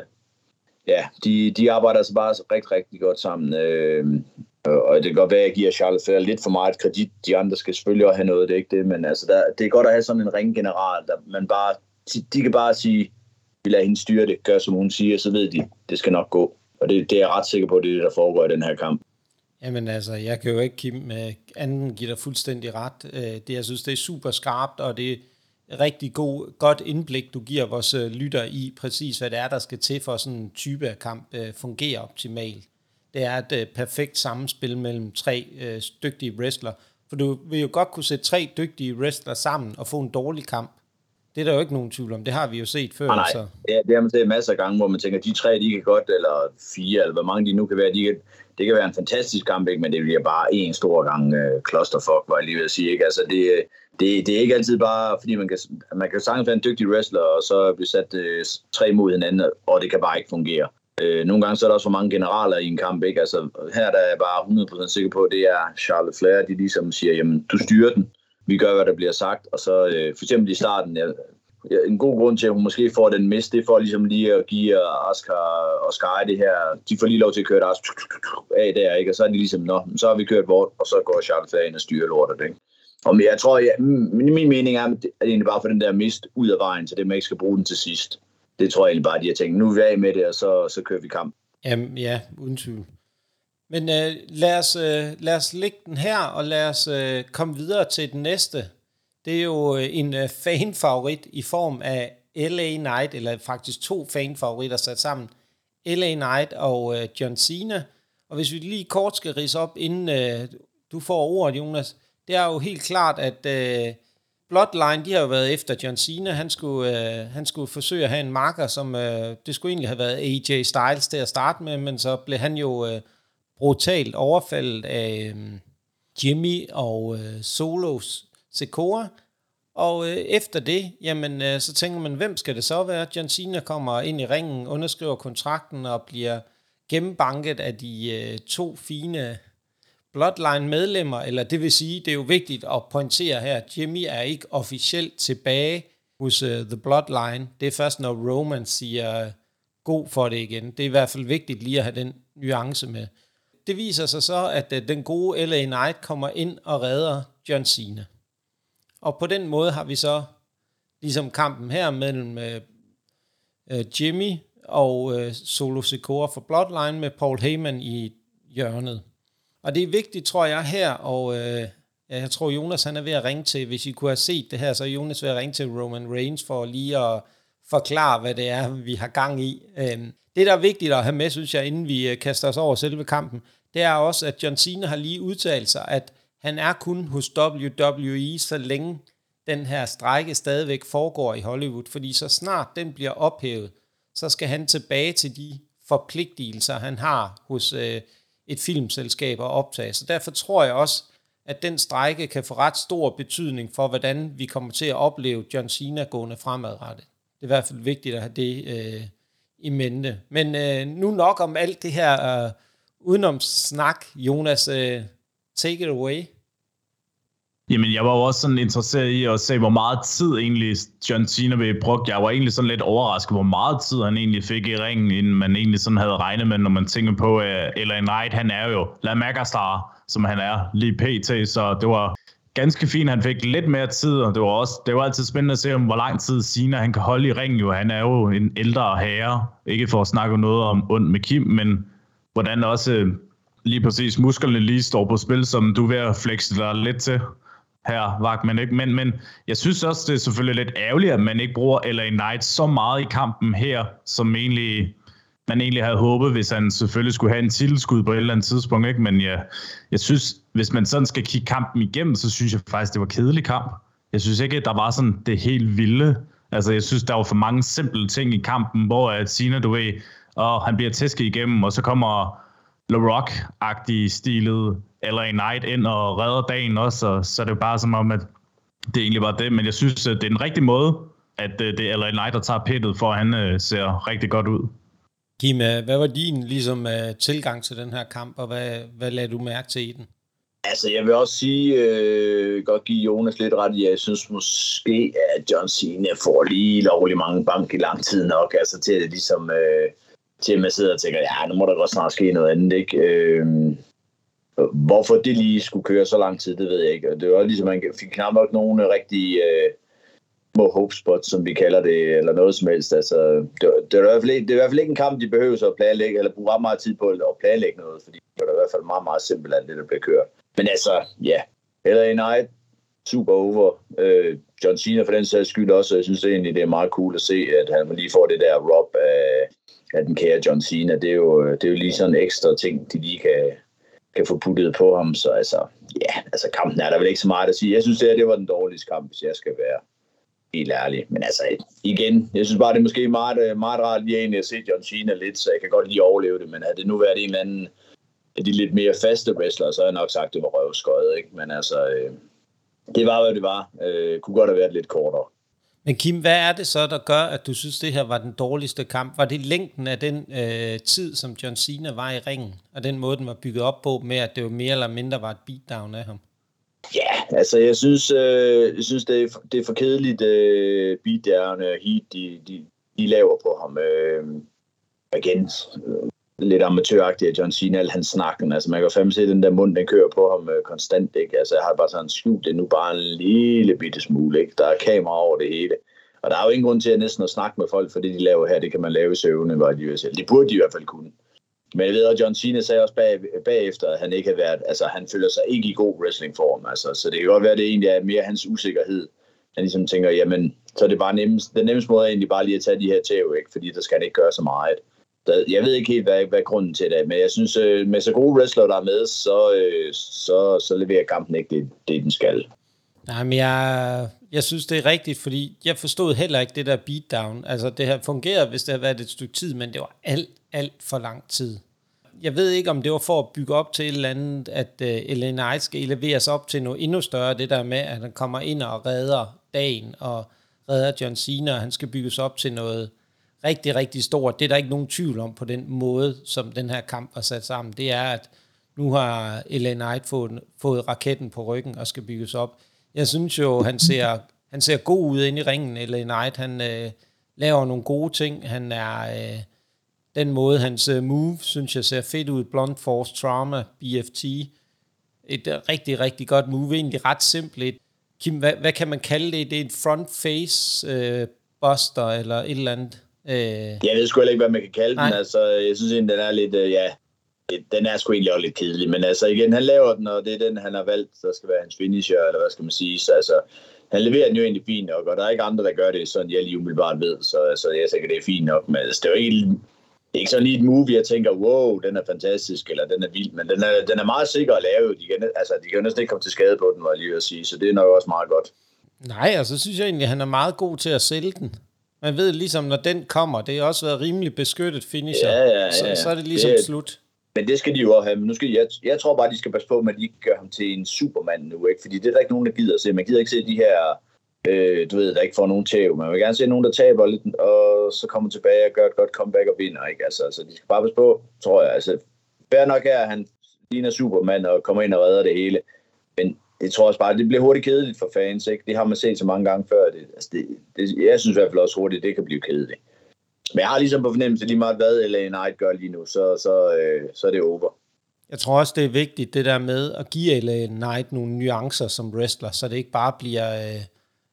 ja, de, de arbejder altså bare rigtig, rigtig godt sammen. Øh, og det kan godt være, at jeg giver Charlotte Flair lidt for meget kredit. De andre skal selvfølgelig også have noget, det er ikke det. Men altså, der, det er godt at have sådan en ringgeneral, der man bare, de, de kan bare sige, vi lader hende styre det, gør som hun siger, så ved de, det skal nok gå. Og det, det er jeg ret sikker på, det er det, der foregår i den her kamp. Jamen altså, jeg kan jo ikke, Kim, anden give dig fuldstændig ret. Det, jeg synes, det er super skarpt, og det er rigtig god, godt indblik, du giver vores lytter i præcis, hvad det er, der skal til for sådan en type af kamp fungerer optimalt. Det er et perfekt sammenspil mellem tre øh, dygtige wrestler, for du vil jo godt kunne sætte tre dygtige wrestler sammen og få en dårlig kamp. Det er der jo ikke nogen tvivl om, det har vi jo set før. Ah, nej, så. Ja, det har man set masser af gange, hvor man tænker, de tre, de kan godt, eller fire, eller hvor mange de nu kan være, de kan, det kan være en fantastisk kamp, ikke? Men det bliver bare en stor gang øh, clusterfuck, var jeg lige ved at sige. Ikke? Altså, det, det, det er ikke altid bare, fordi man kan, man kan sagtens være en dygtig wrestler, og så blive sat øh, tre mod hinanden, og det kan bare ikke fungere. Øh, nogle gange så er der også for mange generaler i en kamp, ikke? Altså, her der er jeg bare hundrede procent sikker på, at det er Charlotte Flair, de ligesom siger, jamen, du styrer den, vi gør, hvad der bliver sagt, og så øh, for eksempel i starten, ja, en god grund til, at hun måske får den mist, det er for ligesom lige at give Oscar og Sky det her, de får lige lov til at køre deres af der, ikke? Og så er de ligesom, nå, så har vi kørt bort, og så går Charlotte Flair ind og styrer lortet, ikke? Og jeg tror, ja, min mening er, at det er egentlig bare for den der mist ud af vejen, så det man ikke skal bruge den til sidst. Det tror jeg egentlig bare, de har tænkt, nu er vi af med det, og så, så kører vi kamp. Jamen, ja, uden tvivl. Men øh, lad, os, øh, lad os lægge den her, og lad os øh, komme videre til den næste. Det er jo en øh, fanfavorit i form af L A Knight, eller faktisk to fanfavoritter sat sammen. L A Knight og øh, John Cena. Og hvis vi lige kort skal ridse op, inden øh, du får ordet, Jonas, det er jo helt klart, at øh, Bloodline, de har jo været efter John Cena. Han skulle, øh, han skulle forsøge at have en marker, som øh, det skulle egentlig have været A J Styles til at starte med, men så blev han jo øh, brutalt overfaldet af øh, Jimmy og øh, Solos Sikoa. Og øh, efter det, jamen, øh, så tænker man, hvem skal det så være? John Cena kommer ind i ringen, underskriver kontrakten og bliver gennembanket af de øh, to fine Bloodline-medlemmer, eller det vil sige, det er jo vigtigt at pointere her, Jimmy er ikke officielt tilbage hos uh, The Bloodline. Det er først, når Roman siger uh, god for det igen. Det er i hvert fald vigtigt lige at have den nuance med. Det viser sig så, at uh, den gode L A Knight kommer ind og redder John Cena. Og på den måde har vi så ligesom kampen her mellem uh, uh, Jimmy og uh, Solo Sikoa for Bloodline med Paul Heyman i hjørnet. Og det er vigtigt, tror jeg, her, og øh, jeg tror, Jonas han er ved at ringe til, hvis I kunne have set det her, så er Jonas ved at ringe til Roman Reigns for lige at forklare, hvad det er, vi har gang i. Det, der er vigtigt at have med, synes jeg, inden vi kaster os over selve kampen, det er også, at John Cena har lige udtalt sig, at han er kun hos W W E, så længe den her strejke stadigvæk foregår i Hollywood, fordi så snart den bliver ophævet, så skal han tilbage til de forpligtelser, han har hos øh, et filmselskab at optage. Så derfor tror jeg også, at den strejke kan få ret stor betydning for, hvordan vi kommer til at opleve John Cena gående fremadrettet. Det er i hvert fald vigtigt at have det øh, i mente. Men øh, nu nok om alt det her øh, udenom snak. Jonas, øh, take it away. Jamen, jeg var jo også sådan interesseret i at se, hvor meget tid egentlig John Cena ville bruge. Jeg var egentlig sådan lidt overrasket, hvor meget tid han egentlig fik i ringen, inden man egentlig sådan havde regnet med, når man tænker på, at L A Knight, han er jo La Megastar, som han er lige pt. Så det var ganske fint, han fik lidt mere tid, og det var også det var altid spændende at se, om hvor lang tid Cena han kan holde i ringen. Jo, han er jo en ældre herre, ikke for at snakke noget om ondt med Kim, men hvordan også lige præcis musklerne lige står på spil, som du er ved at flexe dig lidt til her, Vagtman, ikke? Men, men jeg synes også, det er selvfølgelig lidt ærgerligt, at man ikke bruger L A Knight så meget i kampen her, som egentlig, man egentlig havde håbet, hvis han selvfølgelig skulle have en titelskud på et eller andet tidspunkt, ikke? Men jeg, jeg synes, hvis man sådan skal kigge kampen igennem, så synes jeg faktisk, det var kedelig kamp. Jeg synes ikke, at der var sådan det helt vilde. Altså, jeg synes, der var for mange simple ting i kampen, hvor at Cena, du ved, og han bliver tæsket igennem, og så kommer The Rock-agtige stilet L A Knight ind og redder dagen også, og så er det jo bare som om, at det egentlig var det. Men jeg synes, at det er en rigtig måde, at det er L A Knight, der tager pittet, for at han ser rigtig godt ud. Kim, hvad var din ligesom, tilgang til den her kamp, og hvad, hvad lagde du mærke til i den? Altså, jeg vil også sige, øh, godt give Jonas lidt ret i, jeg synes måske, at John Cena får lige lovlig mange bank i lang tid nok, altså til det ligesom, øh, til at man sidder og tænker, ja, nu må der godt snart ske noget andet, ikke? Øh, hvorfor det lige skulle køre så lang tid, det ved jeg ikke. Det var ligesom, man fik knap nok nogen rigtig øh, små hope spots, som vi kalder det, eller noget som helst. Altså, det, det, er i hvert fald ikke, det er i hvert fald ikke en kamp, de behøver så at planlægge, eller bruge ret meget tid på at planlægge noget, fordi det er i hvert fald meget, meget simpelt, alt det, der bliver kørt. Men altså, ja, L A Knight, super over. Øh, John Cena for den sags skyld også, jeg synes egentlig, det er meget cool at se, at han lige får det der rob af, af den kære John Cena. Det er jo, det er jo lige sådan en ekstra ting, de lige kan, kan få puttet på ham. Så altså, ja, altså kampen er der vel ikke så meget at sige. Jeg synes, det her, det var den dårligste kamp, hvis jeg skal være helt ærlig. Men altså, igen, jeg synes bare, det er måske meget, meget rart lige egentlig at se John Cena lidt, så jeg kan godt lige overleve det. Men havde det nu været en eller anden af de lidt mere faste wrestlere, så har jeg nok sagt, at det var røvskøjet, ikke? Men altså, øh, det var, hvad det var. Øh, kunne godt have været lidt kortere. Men Kim, hvad er det så, der gør, at du synes, det her var den dårligste kamp? Var det længden af den øh, tid, som John Cena var i ringen, og den måde, den var bygget op på, med at det var mere eller mindre var et beatdown af ham? Ja, altså jeg synes, øh, jeg synes det, er, det er for kedeligt øh, beatdown og heat, de, de, de laver på ham. Øh, igen, øh, lidt amatøragtigt af John Cena, al hans snakken. Altså man kan jo fandme se, den der mund, den kører på ham øh, konstant, ikke? Altså jeg har bare sådan skjult, det er nu bare en lille bitte smule, ikke? Der er kamera over det hele. Og der er jo ingen grund til at næsten at snakke med folk, for det de laver her, det kan man lave i søvne, hvor de vil selv. Det burde de i hvert fald kunne. Men jeg ved, at John Cena sagde også bag, bagefter, at han ikke har været, altså han føler sig ikke i god wrestlingform, altså, så det kan godt være, at det egentlig er mere hans usikkerhed. Han ligesom tænker, jamen, så er det bare nemmest, den nemmeste måde er egentlig bare lige at tage de her tæv, ikke? Fordi der skal han ikke gøre så meget. Så jeg ved ikke helt, hvad, hvad grunden til det er, men jeg synes, med så gode wrestlere, der er med, så, så, så leverer kampen ikke det, det den skal. Nej, men jeg, jeg synes, det er rigtigt, fordi jeg forstod heller ikke det der beatdown. Altså, det har fungeret, hvis det har været et stykke tid, men det var alt, alt for lang tid. Jeg ved ikke, om det var for at bygge op til et eller andet, at uh, L A Knight skal leveres op til noget endnu større, det der med, at han kommer ind og redder dagen, og redder John Cena, og han skal bygges op til noget rigtig, rigtig stort. Det er der ikke nogen tvivl om på den måde, som den her kamp var sat sammen. Det er, at nu har L A Knight fået, fået raketten på ryggen og skal bygges op. Jeg synes jo, han ser, han ser god ud inde i ringen, L A Knight. Han øh, laver nogle gode ting. Han er øh, den måde, hans øh, move, synes jeg, ser fedt ud. Blunt Force Trauma, B F T. Et øh, rigtig, rigtig godt move. Egentlig ret simpelt. Kim, hvad, hvad kan man kalde det? Det er en front face øh, buster, eller et eller andet. Øh. Jeg ved sgu ikke, hvad man kan kalde Nej. den. Altså, jeg synes egentlig, den er lidt, øh, ja... Den er sgu egentlig også lidt kedelig, men altså igen, han laver den, og det er den, han har valgt, der skal være hans finisher, eller hvad skal man sige. Så altså, han leverer den jo egentlig fint nok, og der er ikke andre, der gør det, sådan jeg lige umiddelbart ved, så, så jeg tænker, det er fint nok. Men altså, det er jo ikke, det er ikke sådan lige et movie, jeg tænker, wow, den er fantastisk, eller den er vild, men den er, den er meget sikker at lave. De kan, altså, de kan jo næsten ikke komme til skade på den, var jeg lige at sige, så det er nok også meget godt. Nej, og så synes jeg egentlig, at han er meget god til at sælge den. Man ved ligesom, når den kommer, det er også været rimelig beskyttet finisher, ja, ja, ja. Så, så er det ligesom det, slut. Men det skal de jo også have. Men nu skal de, jeg, jeg tror bare, de skal passe på med, at de ikke gør ham til en Superman nu, ikke? Fordi det er der ikke nogen, der gider at se. Man gider ikke se de her, øh, du ved, der ikke får nogen tæv. Man vil gerne se nogen, der taber lidt, og så kommer tilbage og gør et godt comeback og vinder, ikke? Altså, altså de skal bare passe på, tror jeg. Altså, fair nok her, han ligner Superman og kommer ind og redder det hele. Men det tror jeg også bare, det bliver hurtigt kedeligt for fans, ikke? Det har man set så mange gange før. Det, altså det, det, jeg synes i hvert fald også hurtigt, det kan blive kedeligt. Men jeg har ligesom på fornemmelse lige meget, hvad L A Knight gør lige nu, så, så, øh, så er det over. Jeg tror også, det er vigtigt, det der med at give L A Knight nogle nuancer som wrestler, så det ikke bare bliver øh,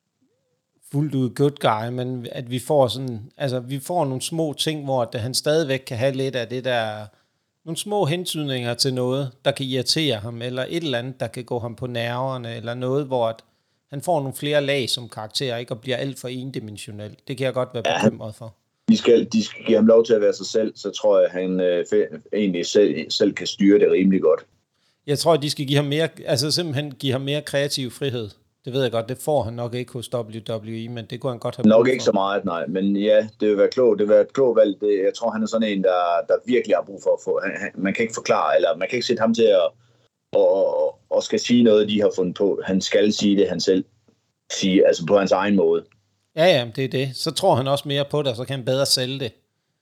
fuldt ud good guy, men at vi får sådan, altså vi får nogle små ting, hvor at han stadigvæk kan have lidt af det der, nogle små hentydninger til noget, der kan irritere ham, eller et eller andet, der kan gå ham på nerverne, eller noget, hvor at han får nogle flere lag som karakter, ikke, og bliver alt for endimensionel. Det kan jeg godt være bekymret for. De skal, de skal give ham lov til at være sig selv, så tror jeg, at han øh, egentlig selv, selv kan styre det rimelig godt. Jeg tror, at de skal give ham mere, altså simpelthen give ham mere kreativ frihed. Det ved jeg godt, det får han nok ikke hos W W E, men det kunne han godt have. Nok ikke så meget, nej, men ja, det vil være klogt. Det vil være et klogt valg. Det, jeg tror, han er sådan en, der, der virkelig har brug for at få. Han, man kan ikke forklare, eller man kan ikke sætte ham til at og, og skal sige noget, de har fundet på. Han skal sige det, han selv siger, altså på hans egen måde. Ja, ja, det er det. Så tror han også mere på det, og så kan han bedre sælge det.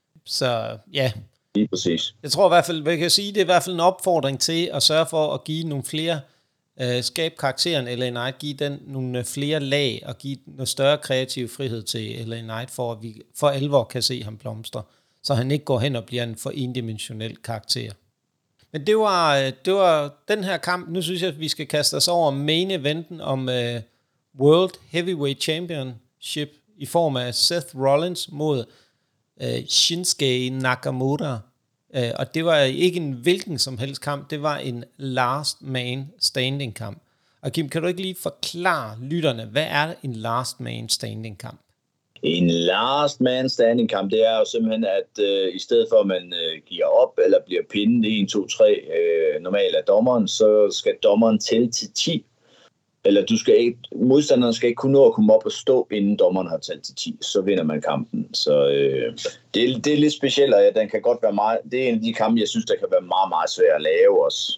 Så ja. Lige præcis. Jeg tror i hvert fald, hvad jeg kan sige, det er i hvert fald en opfordring til at sørge for at give nogle flere, øh, skabe karakteren L A Knight, give den nogle flere lag, og give noget større kreativ frihed til L A Knight, for at vi for alvor kan se ham blomstre, så han ikke går hen og bliver en for endimensionel karakter. Men det var, det var den her kamp. Nu synes jeg, at vi skal kaste os over main eventen om uh, World Heavyweight Championship i form af Seth Rollins mod uh, Shinsuke Nakamura. Uh, og det var ikke en hvilken som helst kamp, det var en last man standing kamp. Og Kim, kan du ikke lige forklare lytterne, hvad er en last man standing kamp? En last man standing kamp, det er jo simpelthen, at øh, i stedet for at man øh, giver op eller bliver pindet en, to, tre øh, normalt af dommeren, så skal dommeren tælle til ti. Eller du skal ikke, modstanderen skal ikke kunne nå at komme op og stå, inden dommeren har talt til ti. Så vinder man kampen. Så øh, det, er, det er lidt specielt, og ja, den kan godt være meget, det er en af de kampe, jeg synes, der kan være meget, meget svært at lave også.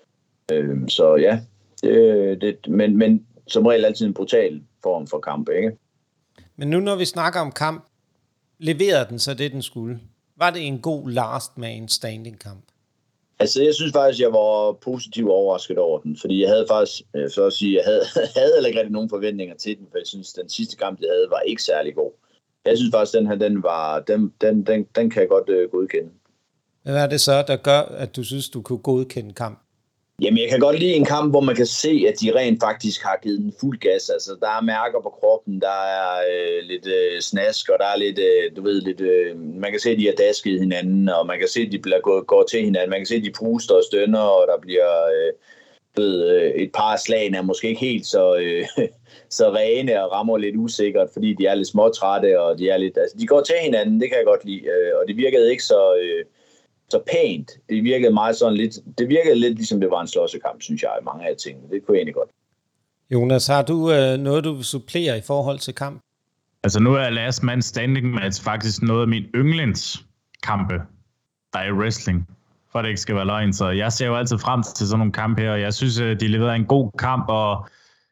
Øh, så ja, det, det, men, men som regel altid en brutal form for kamp, ikke? Men nu når vi snakker om kamp, leverede den så det, den skulle? Var det en god last man standing kamp? Altså, jeg synes faktisk, jeg var positivt overrasket over den, fordi jeg havde faktisk, så at sige, jeg havde, havde heller ikke rigtig nogen forventninger til den, for jeg synes, den sidste kamp, jeg havde, var ikke særlig god. Jeg synes faktisk, den her, den var, den, den, den, den kan jeg godt øh, godkende. Hvad er det så, der gør, at du synes, du kunne godkende kamp? Jamen, jeg kan godt lide en kamp, hvor man kan se, at de rent faktisk har givet den fuld gas. Altså, der er mærker på kroppen, der er øh, lidt øh, snask, og der er lidt, øh, du ved, lidt, øh, man kan se, at de har dasket hinanden, og man kan se, at de bliver, går, går til hinanden. Man kan se, at de puster og stønner, og der bliver, øh, ved, øh, et par af slagene er måske ikke helt så, øh, så rene og rammer lidt usikkert, fordi de er lidt småtrætte, og de er lidt, altså, de går til hinanden, det kan jeg godt lide, øh, og det virkede ikke så... Øh, så pænt. Det virkede meget sådan lidt, det virkede lidt ligesom det var en slåssekamp, synes jeg, mange af tingene. Det kunne jeg egentlig godt. Jonas, har du øh, noget, du vil supplere i forhold til kamp? Altså nu er last man standing match faktisk noget af min yndlingskampe, der er i wrestling, for det ikke skal være løgn. Så jeg ser jo altid frem til sådan nogle kampe her, og jeg synes, de leverer en god kamp, og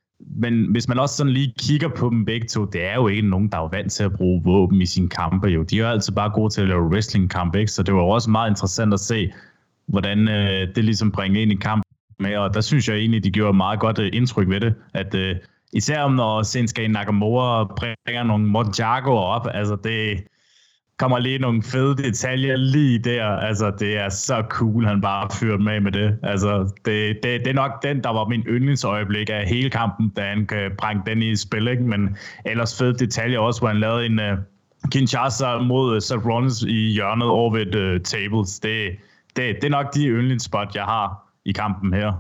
men hvis man også sådan lige kigger på dem begge to, det er jo ikke nogen, der er vant til at bruge våben i sine kampe. Jo. De er jo altid bare gode til at lave wrestlingkampe, ikke? Så det var også meget interessant at se, hvordan øh, det ligesom bringer ind i kampen med. Og der synes jeg egentlig, de gjorde meget godt øh, indtryk ved det. At, øh, især om når Shinsuke Nakamura bringer nogle Mojago op, altså det kommer lige nogle fede detaljer lige der. Altså, det er så cool, han bare fyrt med med det. Altså, det, det, det er nok den, der var min yndlingsøjeblik af hele kampen, da han kan bringe den i spil, ikke? Men ellers fede detaljer også, hvor han lavede en uh, Kinshasa mod uh, Seth Rollins i hjørnet over ved uh, tables. Det, det, det er nok de yndlingsspot, jeg har i kampen her.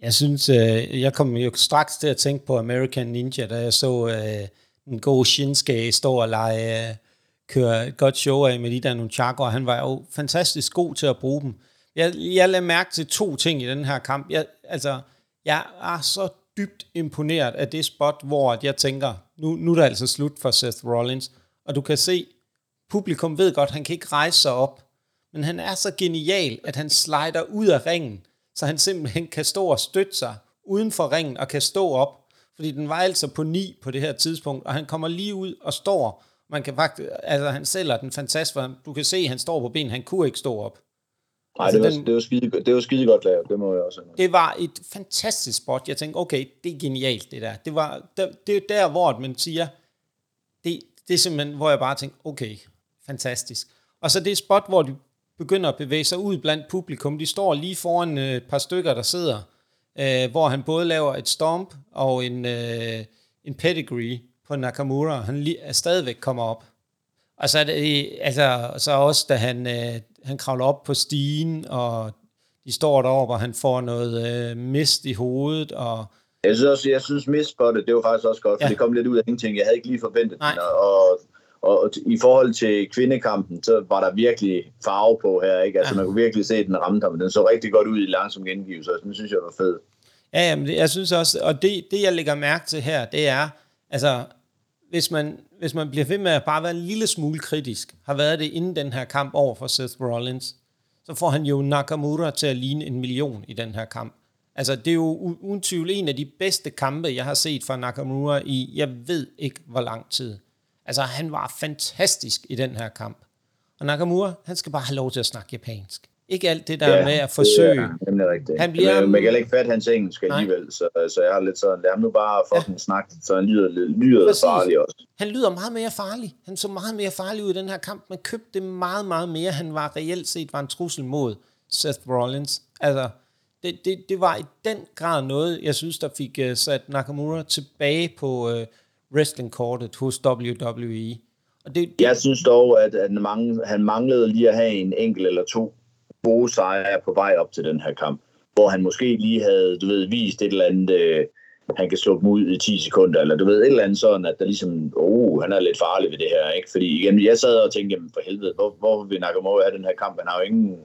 Jeg synes, øh, jeg kom jo straks til at tænke på American Ninja, da jeg så øh, en god Shinsuke stå og lege, øh, køre et godt show af med de der nunchakuer. Han var jo fantastisk god til at bruge dem. Jeg, jeg lagde mærke til to ting i den her kamp. Jeg, altså, jeg er så dybt imponeret af det spot, hvor jeg tænker, nu, nu er det altså slut for Seth Rollins. Og du kan se, publikum ved godt, han kan ikke rejse sig op. Men han er så genial, at han slider ud af ringen, så han simpelthen kan stå og støtte sig uden for ringen og kan stå op. Fordi den var altså på ni på det her tidspunkt, og han kommer lige ud og står. Man kan faktisk, altså han sælger den fantastisk, du kan se, at han står på ben, han kunne ikke stå op. Nej, altså, det, var, den, det, var skide, det var skide godt lavet, det må jeg også have. Det var et fantastisk spot. Jeg tænkte, okay, det er genialt det der. Det var der, det er der, hvor man siger, det, det er simpelthen, hvor jeg bare tænkte, okay, fantastisk. Og så det spot, hvor de begynder at bevæge sig ud blandt publikum. De står lige foran et par stykker, der sidder, øh, hvor han både laver et stomp og en, øh, en pedigree på Nakamura. Han li- er stadigvæk kommer op. Og så er det altså, så også, da han, øh, han kravler op på stigen, og de står derovre, hvor han får noget øh, mist i hovedet. Og jeg synes også, jeg synes mistspottet, det var faktisk også godt, for ja. Det kom lidt ud af ingenting. Jeg havde ikke lige forventet den, og Og i forhold til kvindekampen, så var der virkelig farve på her, ikke? Altså, ja. Man kunne virkelig se, at den ramte ham. Den så rigtig godt ud i langsom gengivelse, og den synes jeg var fed. Ja, jamen, det, jeg synes også, og det, det, jeg lægger mærke til her, det er, altså, hvis man, hvis man bliver ved med at bare være en lille smule kritisk, har været det inden den her kamp over for Seth Rollins, så får han jo Nakamura til at ligne en million i den her kamp. Altså, det er jo uden tvivl en af de bedste kampe, jeg har set fra Nakamura i, jeg ved ikke, hvor lang tid. Altså, han var fantastisk i den her kamp. Og Nakamura, han skal bare have lov til at snakke japansk. Ikke alt det der ja, med at forsøge. Det er nemlig rigtigt. Han bliver, man, man kan ikke fatte hans engelsk alligevel, så, så jeg har lidt sådan, lad ham nu bare fucking ja. snakke, så han lyder, lyder farlig også. Han lyder meget mere farlig. Han så meget mere farlig ud i den her kamp. Man købte det meget, meget mere. Han var reelt set var en trussel mod Seth Rollins. Altså, det, det, det var i den grad noget, jeg synes, der fik uh, sat Nakamura tilbage på Uh, wrestlingkortet hos W W E. Og det, det, jeg synes dog, at, at han manglede lige at have en enkelt eller to gode sejre på vej op til den her kamp, hvor han måske lige havde, du ved, vist et eller andet, øh, han kan slå dem ud i ti sekunder, eller du ved, et eller andet sådan, at der ligesom, oh, han er lidt farlig ved det her, ikke? Fordi igen, jeg sad og tænkte, jamen for helvede, hvor, hvor vil Nakamura have den her kamp? Han har jo ingen,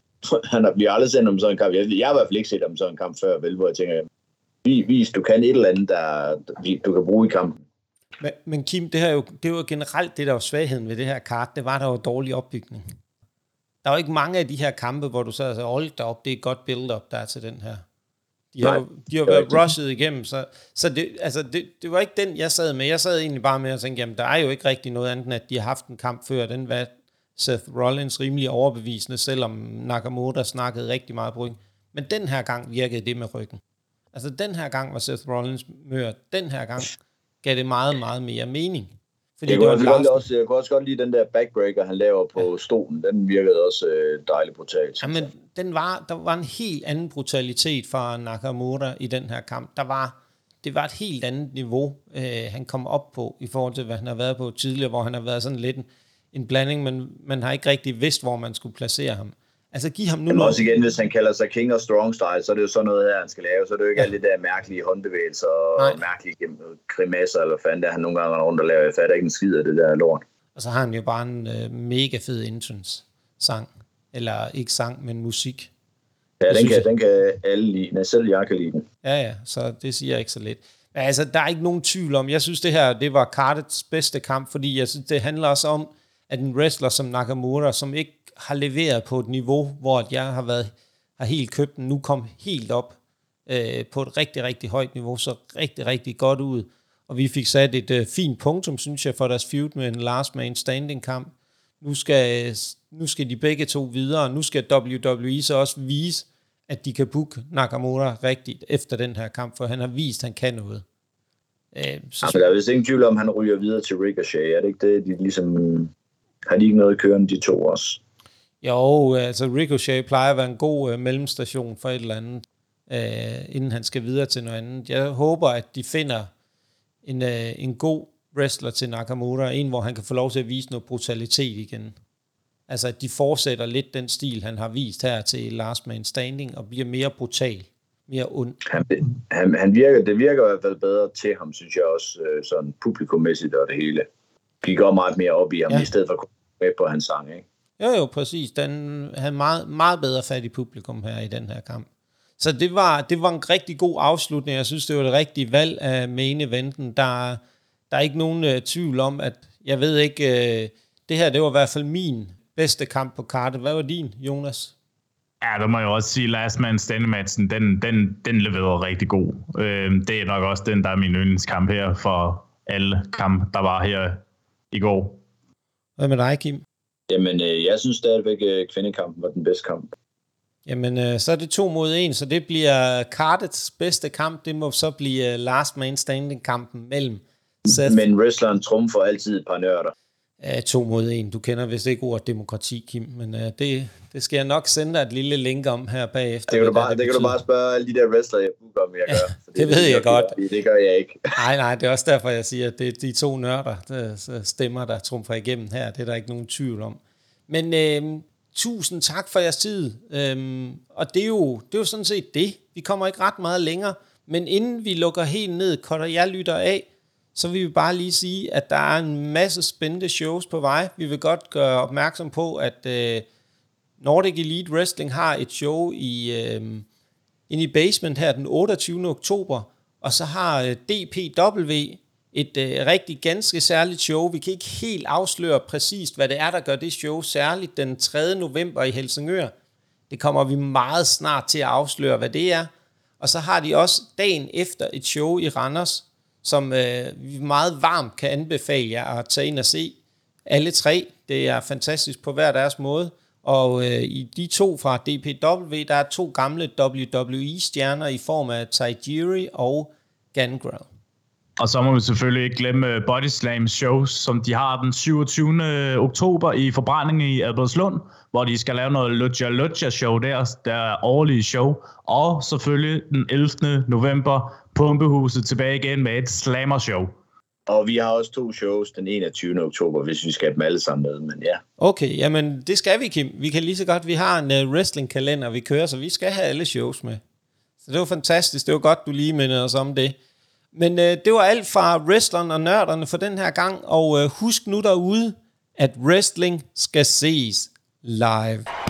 han bliver aldrig sendt om sådan en kamp. Jeg, jeg har i hvert fald ikke set om sådan en kamp før, vel, hvor jeg tænker, vis, du kan et eller andet, der du kan bruge i kampen. Men, men Kim, det, her jo, det var generelt det, der var svagheden ved det her kart, det var, der var dårlig opbygning. Der var ikke mange af de her kampe, hvor du så altså, hold da op, det er et godt build-up, der er til den her. De har, Nej, de har været rushet igennem, så, så det, altså, det, det var ikke den, jeg sad med. Jeg sad egentlig bare med og tænkte, jamen, der er jo ikke rigtig noget andet, end at de har haft en kamp før. Den var Seth Rollins rimelig overbevisende, selvom Nakamura snakkede rigtig meget på ryggen. Men den her gang virkede det med ryggen. Altså, den her gang var Seth Rollins mør. Den her gang gav det meget, meget mere mening. Fordi jeg, det kunne var også, jeg kunne også godt lide den der backbreaker, han laver på ja. stolen. Den virkede også øh, dejligt brutalt. Ja, men den var, der var en helt anden brutalitet fra Nakamura i den her kamp. Der var, det var et helt andet niveau, øh, han kom op på, i forhold til, hvad han har været på tidligere, hvor han har været sådan lidt en, en blanding, men man har ikke rigtig vidst, hvor man skulle placere ham. Altså, giv ham nu noget. Også igen, hvis han kalder sig King of Strong Style, så er det jo sådan noget her, han skal lave. Så er det jo ikke ja. alle de der mærkelige håndbevægelser og Nej. mærkelige grimasser, eller hvad fanden der han nogle gange rundt og laver. Jeg fatter ikke en skid af det der lort. Og så har han jo bare en øh, mega fed entrance-sang. Eller ikke sang, men musik. Ja, den kan, jeg... den kan alle lide. Nej, selv jeg kan lide den. Ja, ja, så det siger jeg ikke så lidt. Men altså, der er ikke nogen tvivl om. Jeg synes, det her, det var kartets bedste kamp, fordi jeg synes, det handler også om, at en wrestler som Nakamura, som ikke har leveret på et niveau, hvor jeg har været har helt købt den, nu kom helt op øh, på et rigtig, rigtig højt niveau, så rigtig, rigtig godt ud. Og vi fik sat et øh, fint punktum, synes jeg, for deres feud med en last man standing kamp. Nu skal, nu skal de begge to videre, og nu skal W W E så også vise, at de kan booke Nakamura rigtigt efter den her kamp, for han har vist, at han kan noget. Øh, så ja, der er vist ingen tvivl om, han ryger videre til Ricochet. Er det ikke det, de ligesom... Har de ikke noget kørende, de to også? Jo, altså Ricochet plejer at være en god øh, mellemstation for et eller andet, øh, inden han skal videre til noget andet. Jeg håber, at de finder en, øh, en god wrestler til Nakamura, en, hvor han kan få lov til at vise noget brutalitet igen. Altså, at de fortsætter lidt den stil, han har vist her til Last Man Standing, og bliver mere brutal mere ond. Han, han, han virker, det virker i hvert fald bedre til ham, synes jeg også, sådan publikummæssigt og det hele. Vi går meget mere op i ham, ja. I stedet for at komme med på hans sang, ikke? Jo, jo, præcis. Den, han er meget, meget bedre fat i publikum her i den her kamp. Så det var, det var en rigtig god afslutning. Jeg synes, det var det rigtige valg af main eventen. Der, der er ikke nogen uh, tvivl om, at jeg ved ikke, uh, det her, det var i hvert fald min bedste kamp på kartet. Hvad var din, Jonas? Ja, der må jeg også sige, Last Man Standing-matchen, den, den, den leverede rigtig god. Øh, det er nok også den, der er min yndlingskamp her for alle kampe, der var her i går. Hvad med dig, Kim? Jamen, øh, jeg synes stadigvæk, at kvindekampen var den bedste kamp. Jamen, øh, så er det to mod en, så det bliver kartets bedste kamp. Det må så blive Last Man Standing-kampen mellem Seth. Men wrestleren trumfer altid et par nørder. Uh, to mod en. Du kender vist ikke ordet demokrati, Kim, men uh, det, det skal jeg nok sende dig et lille link om her bagefter. Det kan, du bare, det det kan du bare spørge alle de der wrestlere, jeg booker, om jeg ja, gør. det, det ved jeg, jeg godt. Det, det gør jeg ikke. Nej, nej, det er også derfor, jeg siger, at det er de to nørder, der stemmer, der trumfer igennem her. Det er der ikke nogen tvivl om. Men øh, tusind tak for jeres tid. Øhm, og det er, jo, det er jo sådan set det. Vi kommer ikke ret meget længere. Men inden vi lukker helt ned, cutter jeg lytter af, så vil vi bare lige sige, at der er en masse spændende shows på vej. Vi vil godt gøre opmærksom på, at øh, Nordic Elite Wrestling har et show i, øh, inde i Basement her den otteogtyvende oktober, og så har øh, D P W et øh, rigtig ganske særligt show. Vi kan ikke helt afsløre præcist, hvad det er, der gør det show særligt den tredje november i Helsingør. Det kommer vi meget snart til at afsløre, hvad det er. Og så har de også dagen efter et show i Randers, som øh, vi meget varmt kan anbefale jer at tage ind og se. Alle tre, det er fantastisk på hver deres måde. Og øh, i de to fra D P W, der er to gamle W W E-stjerner i form af Tajiri og Gangrel. Og så må vi selvfølgelig ikke glemme Body Slam shows, som de har den syvogtyvende oktober i Forbrænding i Albertslund, hvor de skal lave noget Lucha Lucha show der, der årlige show. Og selvfølgelig den ellevte november Pumpehuset tilbage igen med et Slammer show. Og vi har også to shows den enogtyvende oktober, hvis vi skal have dem alle sammen med, men ja. Okay, jamen det skal vi, Kim. Vi kan lige så godt, vi har en uh, wrestling-kalender, vi kører, så vi skal have alle shows med. Så det var fantastisk, det var godt, du lige mindede os om det. Men uh, det var alt fra wrestleren og nørderne for den her gang, og uh, husk nu derude, at wrestling skal ses live.